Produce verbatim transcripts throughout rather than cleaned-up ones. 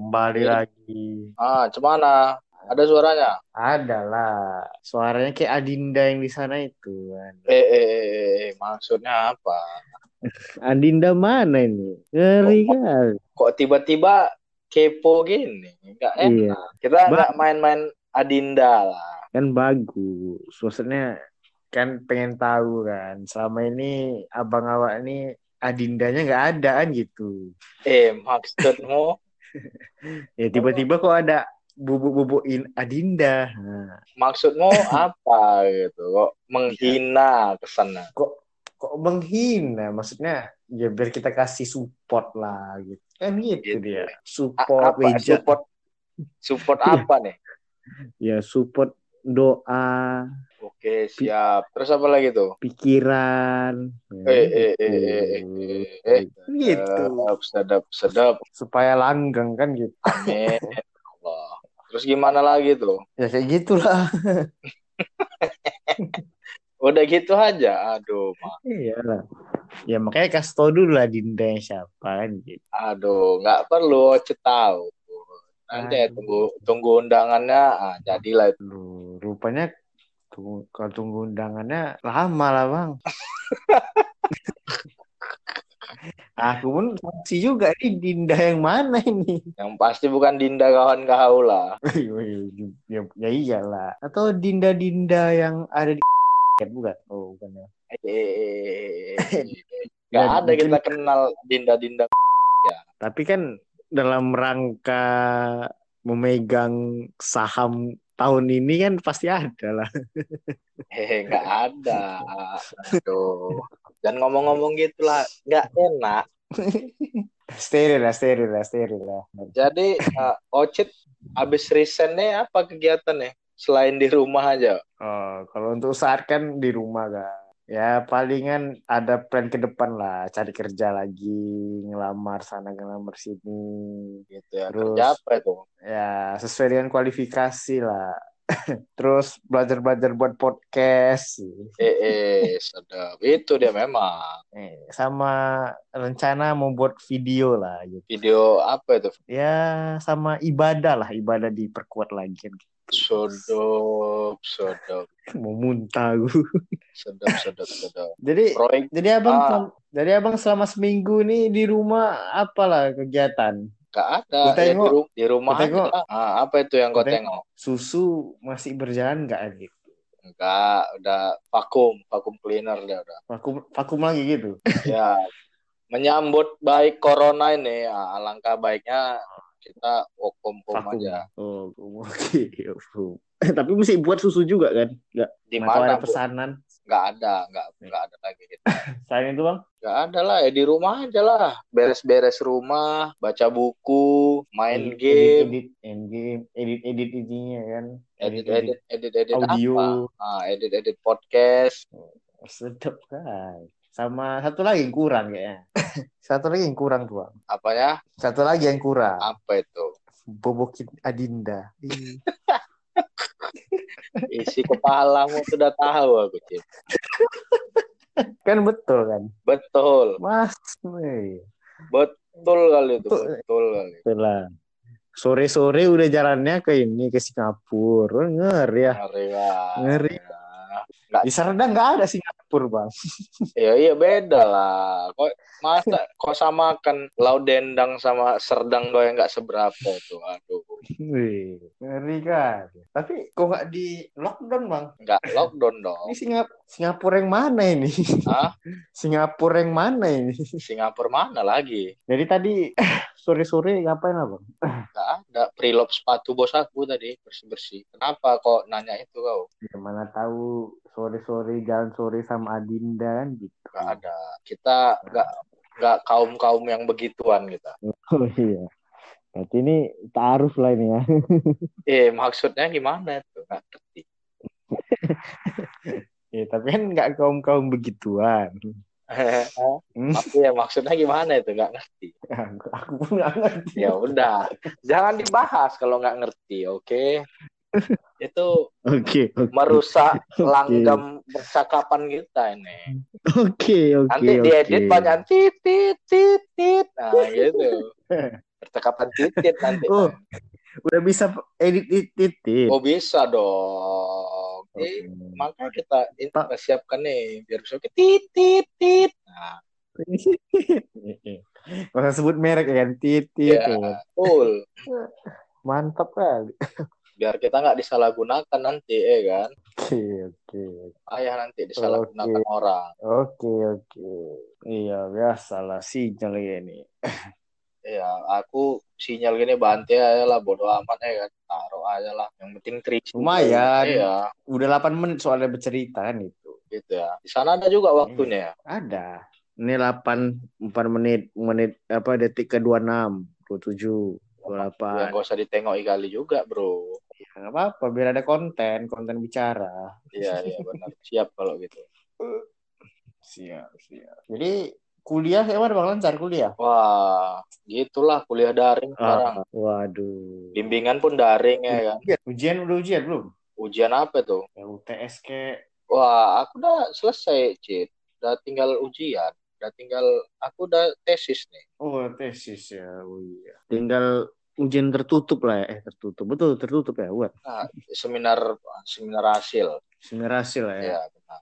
Kembali Mir- lagi. Ah, cemana? Ada suaranya? Ada lah. Suaranya kayak Adinda yang di sana itu kan. Eh, eh, eh, eh, maksudnya apa? Adinda mana ini? Kok, Ngeri kok, kan? kok tiba-tiba kepo gini? Nggak Iya. enak. Kita nggak Bang, main-main Adinda lah. kan bagus. Maksudnya kan pengen tahu kan. Selama ini abang awak ini Adindanya nggak ada kan gitu. Eh, maksudmu, Ya tiba-tiba kok ada bubuk-bubukin Adinda. Nah, maksudmu apa gitu? Kok ya menghina kesana? kok kok menghina maksudnya ya biar kita kasih support lah gitu kan gitu Gitu. dia A- support apa? weja. Support, support Iya, apa nih? ya support doa, Oke, pi- siap. Terus apa lagi tuh? pikiran ya, Eh, eh, gitu eh, eh, eh, eh, eh. gitu Sedap, sedap, sedap. supaya langgeng kan gitu. Amin. Allah. Terus gimana lagi tuh? Ya kayak gitulah. Udah gitu aja. Aduh, Ma. Iya lah, ya makanya kasih tau dulu lah Dinda yang siapa kan gitu. Aduh, nggak perlu Oce tahu. Nanti ya tunggu Aduh, tunggu undangannya. Ah, jadilah itu. lu rupanya tunggu, kalau tunggu undangannya lama lah bang. Aku pun saksi juga nih Dinda yang mana ini? Yang pasti bukan Dinda kawan kau lah. Ya, ya iyalah. Atau Dinda-Dinda yang ada di bukan? Oh, bukan ya. Eh, nggak Dan ada mungkin kita kenal Dinda-Dinda ya. tapi kan dalam rangka memegang saham tahun ini kan pasti ada lah. Hehe, nggak ada. Aduh. Dan ngomong-ngomong gitulah, nggak enak. Steril lah, steril lah, steril lah. Jadi uh, Ocit abis resign nih apa kegiatannya? Selain di rumah aja. Oh, kalau untuk saat kan di rumah kan. Ya palingan ada plan ke depan lah, cari kerja lagi, ngelamar sana, ngelamar sini. Gitu ya. Kerja Terus apa itu? ya sesuai dengan kualifikasi lah. Terus belajar-belajar buat podcast. Eh, eh, sedap. Itu dia memang. Eh, sama rencana membuat video lah gitu. Video apa itu? Ya sama ibadah lah, ibadah diperkuat lagi kan gitu. Sodop, sodop, Mau muntah gue. sedap, sedap, sedap. Jadi Proyek, jadi abang ah, selam- jadi abang selama seminggu nih di rumah apalah kegiatan? gak ada. Ku Ya di, tengok, ru- di ku rumah aja tengok, lah. Ah, apa itu yang ku kau tengok tengok? susu masih berjalan nggak gitu? Enggak, udah vakum, vakum cleaner dia udah. Vakum vakum lagi gitu. Ya, menyambut baik corona ini, ah, alangkah baiknya kita work from home Vakum. aja. Oh, oke. Vakum. Tapi mesti buat susu juga kan? Nggak? Di Atau mana, ada Bu? pesanan? Nggak ada, nggak, nggak ada lagi gitu. Selain itu bang? Nggak ada lah, ya di rumah aja lah. Beres-beres rumah, baca buku, main edit edit game, edit end game edit edit ininya kan edit edit edit-edit, edit-edit apa? audio. Ah, edit-edit podcast. Sedap kan sama satu lagi yang kurang kayaknya. Satu lagi yang kurang tuh bang, Apa ya? satu lagi yang kurang Apa itu? bobokin Adinda. Ih, Isi kepalamu sudah tahu aku, Cip. kan betul kan Betul. mas. Weh, Betul kali itu, betul, betul kali. betul lah. Sore-sore udah jalannya ke ini ke Singapura. Ngeri ya, Ngeri lah. ngeri. Nggak, Di Serdang nggak ada Singapura bang. ya iya beda lah. Kok masa kok samakan Laut Dendang sama Serdang doang nggak seberapa tuh. Aduh. Wih, ngeri kan. Tapi kok nggak di lockdown bang? Nggak lockdown dong. Ini Singap Singapura yang mana ini? Hah? Singapura yang mana ini? Singapura mana lagi? Jadi tadi sore-sore ngapain lah bang? Nggak ada. Preload sepatu bos aku tadi bersih-bersih. Kenapa kok nanya itu kau? Ya, mana tahu sore-sore jalan sore sama Adinda kan gitu. Nggak ada. Kita nggak nggak kaum kaum yang begituan kita. Oh iya. Berarti ini taaruf lah ini ya. Eh maksudnya gimana itu? Nggak ngerti. Ya, tapi kan nggak kaum-kaum begituan. Hmm. Tapi ya maksudnya gimana itu? Nggak ngerti. Aku, aku pun nggak ngerti. Ya udah, jangan dibahas kalau nggak ngerti, oke? Itu Oke, oke. merusak Oke. langgam percakapan kita ini. Oke, oke, Nanti oke. diedit banyak tit tit tit tit. Nah, gitu. Percakapan titit nanti. Oh, udah bisa edit titit. Oh bisa dong. Jadi Oh. makanya kita, kita siapkan nih biar bisa titit titit. Nah. Gak usah sebut merek ya kan, titit Ya, ya. full. Mantap kali. Biar kita nggak disalahgunakan nanti, ya kan? Oke, oke. Ayah nanti disalahgunakan Oke. orang. Oke, oke. Iya, biasalah sinyal ini. Iya, aku sinyal gini bantai aja lah, bodo amat ya kan. Taruh aja lah. Yang penting terisi. Lumayan. Iya. Udah delapan menit soalnya bercerita kan itu. Gitu ya. Di sana ada juga waktunya. Ada. Ini delapan empat menit, menit apa detik ke dua puluh enam, dua puluh tujuh, dua puluh delapan. Ya nggak usah ditengok kali juga, bro. Ya, nggak apa-apa, biar ada konten, konten bicara. Iya, iya benar. Siap kalau gitu. Siap, siap. Jadi kuliah gimana Bang, lancar kuliah? Wah, gitulah kuliah daring sekarang. Ah, waduh. Bimbingan pun daring ya kan. Ujian udah ujian belum? Ujian apa tuh? Ya, U T S ke. Wah, aku udah selesai, Cid. Udah tinggal ujian. Udah tinggal, aku udah tesis nih. Oh, tesis ya. Oh iya. Tinggal ujian tertutup lah ya. Eh, tertutup. Betul, tertutup ya, buat. Nah, seminar seminar hasil. Seminar hasil lah ya. Iya, benar.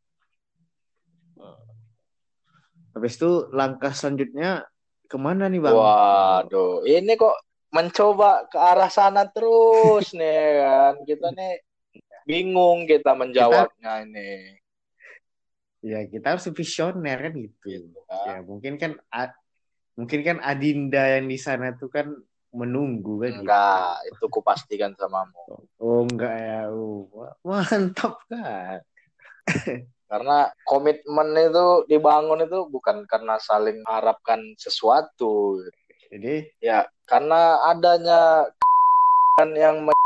Habis itu langkah selanjutnya kemana nih Bang? Waduh, ini kok mencoba ke arah sana terus nih kan. Kita nih bingung kita menjawabnya kita, ini. Ya kita harus visioner kan gitu. gitu kan? Ya mungkin kan mungkin kan Adinda yang di sana tuh kan menunggu kan. Enggak, gitu. Itu kupastikan samamu. Oh enggak ya. Oh, mantap kan. Karena komitmen itu dibangun itu bukan karena saling mengharapkan sesuatu. Jadi ya karena adanya kan yang men-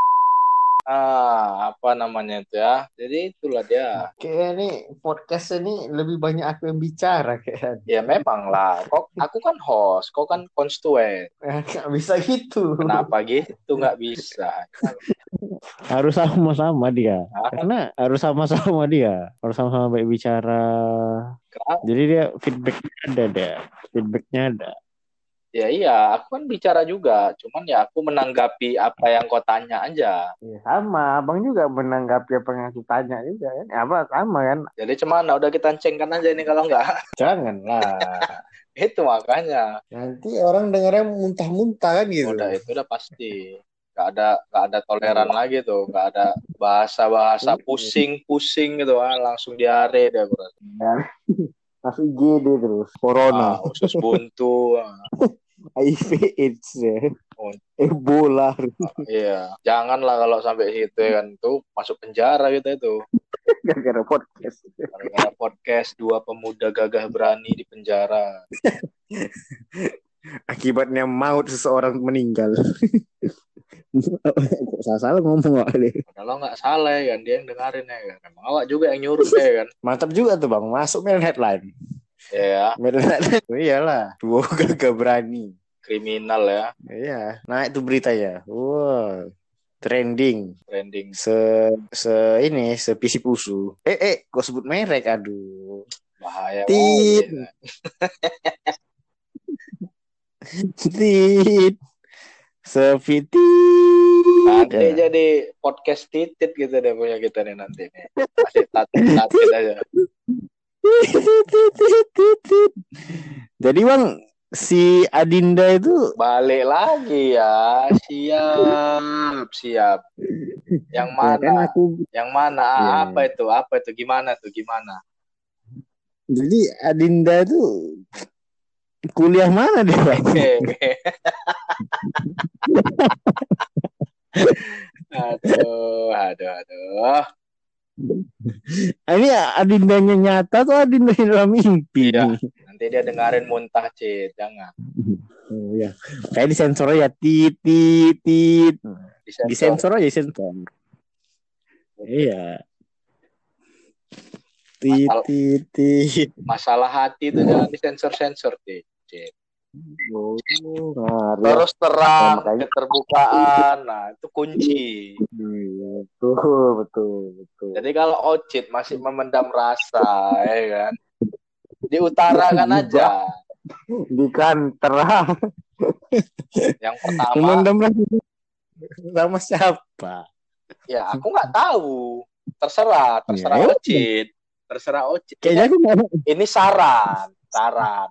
ah apa namanya itu ya. Jadi itulah dia. Kayak ini podcast ini lebih banyak aku yang bicara kayak. Ya memang lah. Kok aku kan host, kok kan konstituen. Nggak bisa gitu. Kenapa gitu nggak bisa? Harus sama-sama dia. Hah? Karena harus sama-sama dia. Harus sama-sama baik bicara. Kenapa? Jadi dia feedbacknya ada deh. Feedbacknya ada. Ya iya, aku kan bicara juga. Cuman ya aku menanggapi apa yang kau tanya aja. Ya, sama, abang juga menanggapi apa yang aku tanya juga kan. Ya, apa sama kan. Jadi cemana? Udah kita cengkan aja ini kalau enggak. Janganlah. Itu makanya. Nanti orang dengarnya muntah-muntah kan gitu. Udah itu udah pasti. Gak ada gak ada toleran oh. lagi tuh. Gak ada bahasa-bahasa pusing-pusing gitu. Ah, langsung diare deh. Langsung I G D terus. Corona. Ah, usus buntu. H I V AIDS ya. Oh. Ebola. Ah, iya. Janganlah kalau sampai situ kan. Tuh masuk penjara gitu itu. Gara-gara podcast. Gara-gara podcast dua pemuda gagah berani di penjara. Akibatnya maut seseorang meninggal. Kok salah ngomong kali. Kalau nggak salah ya kan dia yang dengerin ya kan. Emang awak juga yang nyuruh ya kan. Mantap juga tuh Bang. Masuk main headline. Iya. Main headline. Oh, iyalah. Dua gagah berani. Kriminal ya. Iya. Naik tuh berita ya. Wow. Trending. Trending. Se se ini se pisi pusu. Eh eh kok sebut merek aduh. Bahaya. Tit. Tit. Seviti. Nanti ya. Jadi podcast titit gitu deh punya kita nih nanti nih. Masih tatit-tatit aja. Jadi Bang, si Adinda itu balik lagi ya. Siap, siap. Yang mana? Ya kan aku... Yang mana? Ya. Apa itu? Apa itu? Gimana tuh? Gimana? Jadi Adinda itu kuliah mana dia? Oke. aduh, aduh, aduh. Ini Adindanya nyata atau Adinda dalam mimpi? Iya. Nanti dia dengerin muntah, Cid. Jangan. Oh ya. Kayak disensor ya, tit tit tit. Disensor, disensor aja sensor. Iya. Tit tit tit. Masalah hati itu jangan disensor-sensor, Cid. Oh, terus terang, nah, keterbukaan, nah itu kunci. Betul, betul, betul. Jadi kalau Ocit masih memendam rasa, ya kan, diutarakan aja. Di kan terang. Yang pertama. Memendam rasa sama siapa? Ya aku nggak tahu. Terserah, terserah ya, Ocit, terserah Ocit. Kayaknya aku gak... Ini saran, saran.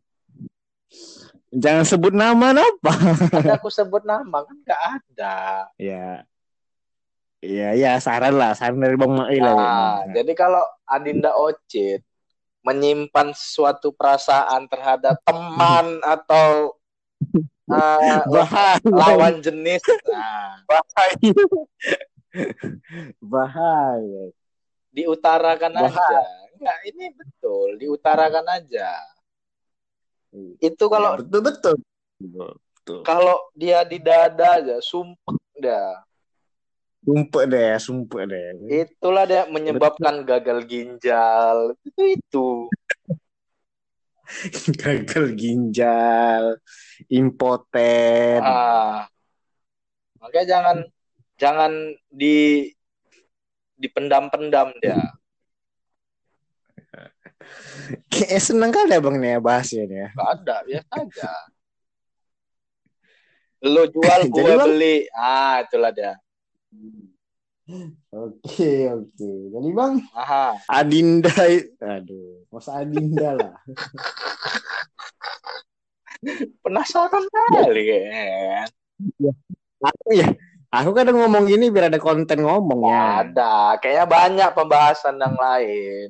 Jangan sebut nama apa. Ada aku sebut nama kan nggak ada. Ya. Iya, ya saran lah, saran dari Bang Mail lah. Nah, jadi kalau Adinda Ocit menyimpan suatu perasaan terhadap teman atau uh, lawan jenis, nah, bahaya, bahaya. Diutarakan bahaya. aja. Enggak, ini betul, diutarakan aja. Itu kalau ya, betul betul. betul. Kalau dia di dada aja, sumpah dah. Sumpah deh, sumpah deh. Itulah dia menyebabkan gagal ginjal. Itu itu. Gagal ginjal, impoten. Ah. Makanya jangan jangan di dipendam-pendam dia. Kayak seneng kali ya Bang nih bahasnya nih. Gak ada, biasa aja. Lo jual gue beli. Ah, itulah dia. Oke oke jadi Bang Aha. Adinda aduh masa Adinda lah penasaran kali kan ya, aku ya aku kadang ngomong gini biar ada konten ngomongnya. Ada kayaknya banyak pembahasan yang lain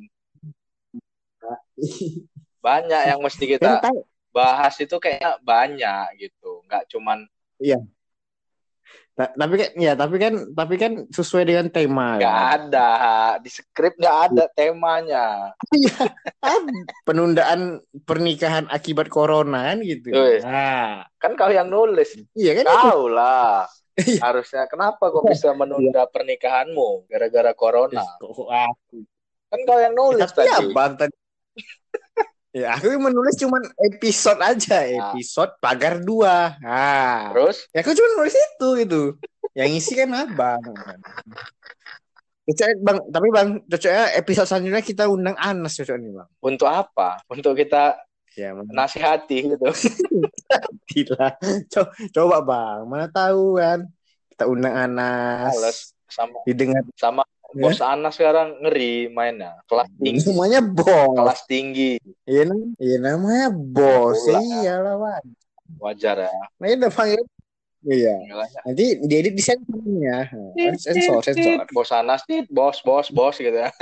banyak yang mesti kita bahas itu kayaknya banyak gitu nggak cuman iya. Tapi kan ya tapi kan tapi kan sesuai dengan tema. Gak kan? Ada di skrip nggak ada temanya. Penundaan pernikahan akibat corona kan gitu. Nah, kan kau yang nulis. Iya kan? Kau lah. Harusnya kenapa kok bisa menunda pernikahanmu gara-gara corona? Kan kau yang nulis tapi tadi. Abang tadi. Ya, aku menulis cuman episode aja, episode nah. Pagar dua. Nah. Terus? Ya aku cuma nulis itu gitu. Yang isi kan abang. Cocok, bang, tapi bang, cocoknya episode selanjutnya kita undang Anas cocok nih bang. Untuk apa? Untuk kita ya, nasihati gitu. Tidak. Coba, coba bang, mana tahu kan. Kita undang Anas. Males. Sama. Didengar. Sama. Bos ya? Anas sekarang ngeri mainnya. Kelas tinggi. Namanya bos. Kelas tinggi. Iya, iya namanya bos. Iyalah wajar. Wajar ya. Nah, ini udah panggil. Iya. Nanti diedit di sensornya. Sensor, sensor. Bos Anas nih, bos, bos, bos gitu ya.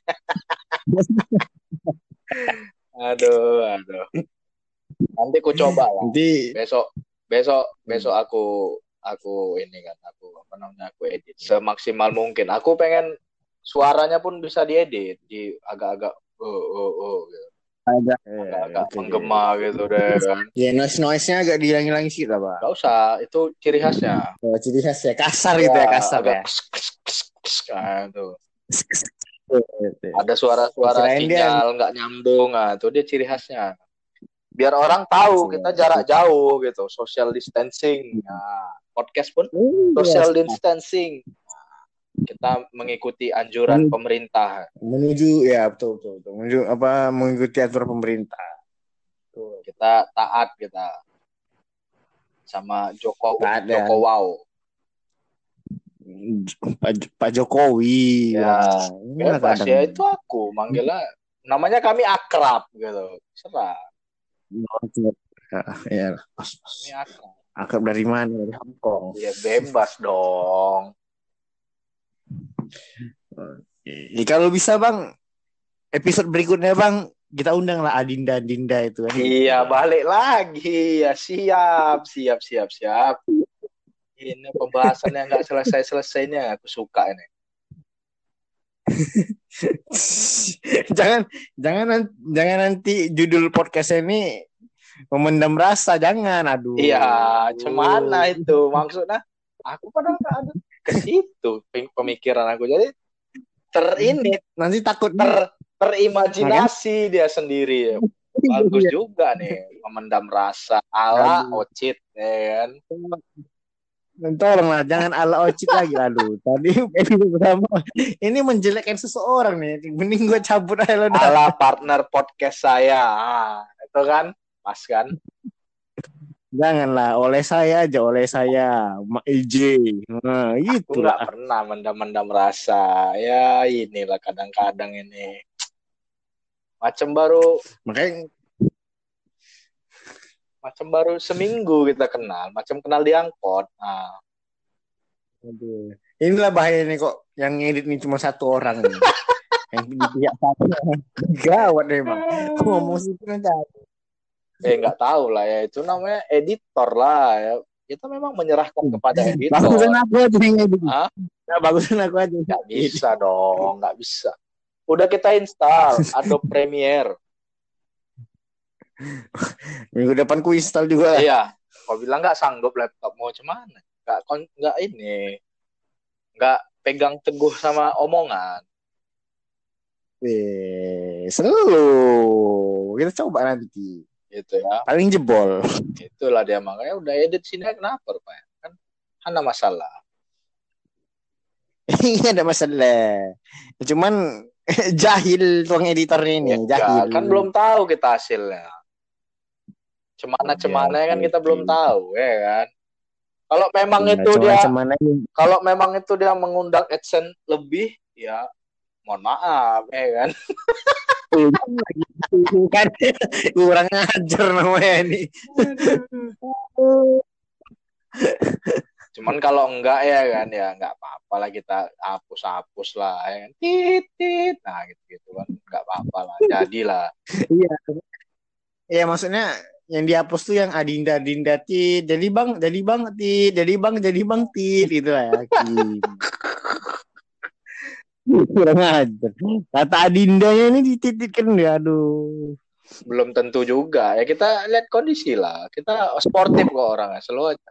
aduh, aduh. Nanti aku coba lah. Nanti besok, besok, besok aku aku ini kan aku apa namanya aku edit semaksimal mungkin. Aku pengen suaranya pun bisa diedit di agak-agak oh oh oh gitu. Agak agak okay, menggema okay. Gitu deh kan. Ya noise noise-nya agak dihilang-hilangin sih lah, Pak. Gak usah, itu ciri khasnya. Oh, ciri khas ya, kasar ya, gitu ya, kasar ya. Nah, itu. Ada suara-suara sinyal nggak nyambung, nah itu dia ciri khasnya. Biar orang tahu kita jarak jauh gitu, social distancing. Nah, podcast pun social distancing. Kita mengikuti anjuran pemerintah. Menuju ya betul betul, betul. Menuju apa mengikuti aturan pemerintah. Tuh, kita taat kita sama Joko Joko Wow. Pak, Pak Jokowi. Ya, ya bebas ya itu aku manggilnya namanya kami akrab gitu. Serah. Ya, pas, pas. Ini akrab. Akrab dari mana? Dari Hongkong. Ya bebas dong. Ya, kalau bisa bang episode berikutnya bang kita undang lah Adinda Adinda itu kan. Iya balik lagi ya siap siap siap siap. Ini pembahasan yang nggak selesai selesainya aku suka ini. jangan jangan jangan nanti judul podcast ini memendam rasa jangan aduh. Iya cemana itu maksudnya aku padahal nggak ada ke situ pemikiran aku jadi terini nanti takut ter terimajinasi dia sendiri bagus juga nih memendam rasa ala Ocit ya kan. Tolong lah jangan ala Ocit lagi aduh tadi pertama ini menjelekkan seseorang nih mending gue cabut aja lo ala partner podcast saya ah, itu kan pas kan Janganlah, oleh saya aja, oleh saya, Mak I J. Nah, Aku itulah. nggak pernah mendam-mendam rasa. Ya inilah kadang-kadang ini. Macam baru. Makanya Macam baru seminggu kita kenal. Macam kenal di angkot. Nah. Aduh. Inilah bahaya nih kok. Yang ngedit nih cuma satu orang nih. Yang di pihak satu. Gawat deh bang. Ngomong sih nanti. Eh nggak tahu lah ya. Itu namanya editor lah ya. Kita memang menyerahkan kepada editor. Bagusan aku aja yang edit. Hah? Nah, bagusan aku aja. Nggak bisa dong. Nggak bisa. Udah kita install Adobe Premiere. Minggu depan ku install juga. Iya. Kau bilang nggak sanggup laptop. Mau cuman nggak nggak ini. Nggak pegang teguh sama omongan. Eh, seru. Kita coba nanti. Gitu ya. Paling jebol. Itulah dia makanya udah edit sini kenapa Pak? Kan ada masalah. Ini ada masalah. Cuman jahil tuang editornya ini, ya, jahil. Kan belum tahu kita hasilnya. Cemana-cemana ya, kan kita belum tahu ya kan. Kalau memang ya, itu dia kalau memang itu dia mengundang AdSense lebih ya mohon maaf ya kan. Kan kurang ajar namanya ini. Cuman kalau enggak ya kan ya enggak apa-apa lah kita hapus-hapus lah ya kan. Tit tit nah gitu-gitu kan enggak apa-apa lah. Jadilah. Iya. Iya maksudnya yang dihapus tuh yang Adinda Adinda tit. Jadi Bang, jadi Bang tit, jadi Bang, jadi Bang tit gitu lah. Kurang ajar. Kata Adindanya ini dititipkan ya, aduh. Belum tentu juga. Ya kita lihat kondisi lah. Kita sportif kok orangnya, selalu aja.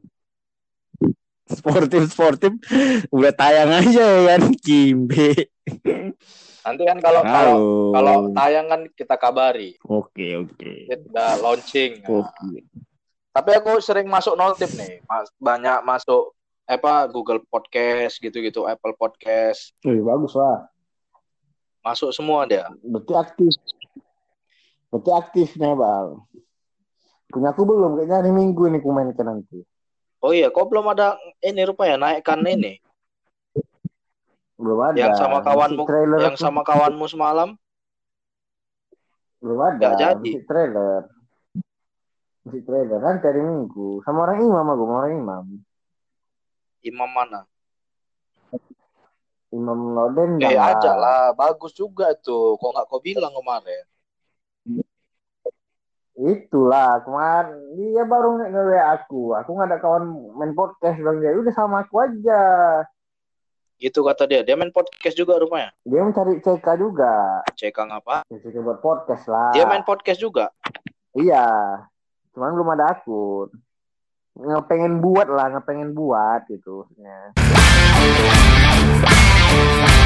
Sportif-sportif udah tayang aja ya kan, Kimbe. Nanti kan kalau kalau kalau tayang kan kita kabari. Oke, oke. Kita launching. Oke. Nah. Tapi aku sering masuk notif nih. Mas, banyak masuk apa Google Podcast gitu-gitu, Apple Podcast. Wih, bagus lah. Masuk semua dia. Berarti aktif. Berarti aktif nih, Bang. Punya aku belum, kayaknya hari Minggu nih ku mainkan nanti. Oh iya, kok belum ada ini rupanya naikkan ini. Belum ada. Yang sama kawanmu, yang sama kawanmu semalam? Belum ada. Gak jadi. Masih trailer. Masih trailer kan hari Minggu. Sama orang imam aku, sama orang imam. Imam mana? Imam Loden. Eh ajak lah, bagus juga tuh. Kok nggak kau bilang kemarin? Itulah kemarin dia baru nge-W aku. Aku nggak ada kawan main podcast bang dia. Udah sama aku aja. Gitu kata dia. Dia main podcast juga rupanya. Dia mencari C K juga. C K ngapa? C K buat podcast lah. Dia main podcast juga. Iya. Cuman belum ada akun. Ngepengen buat lah, ngepengen buat gitu. Ya.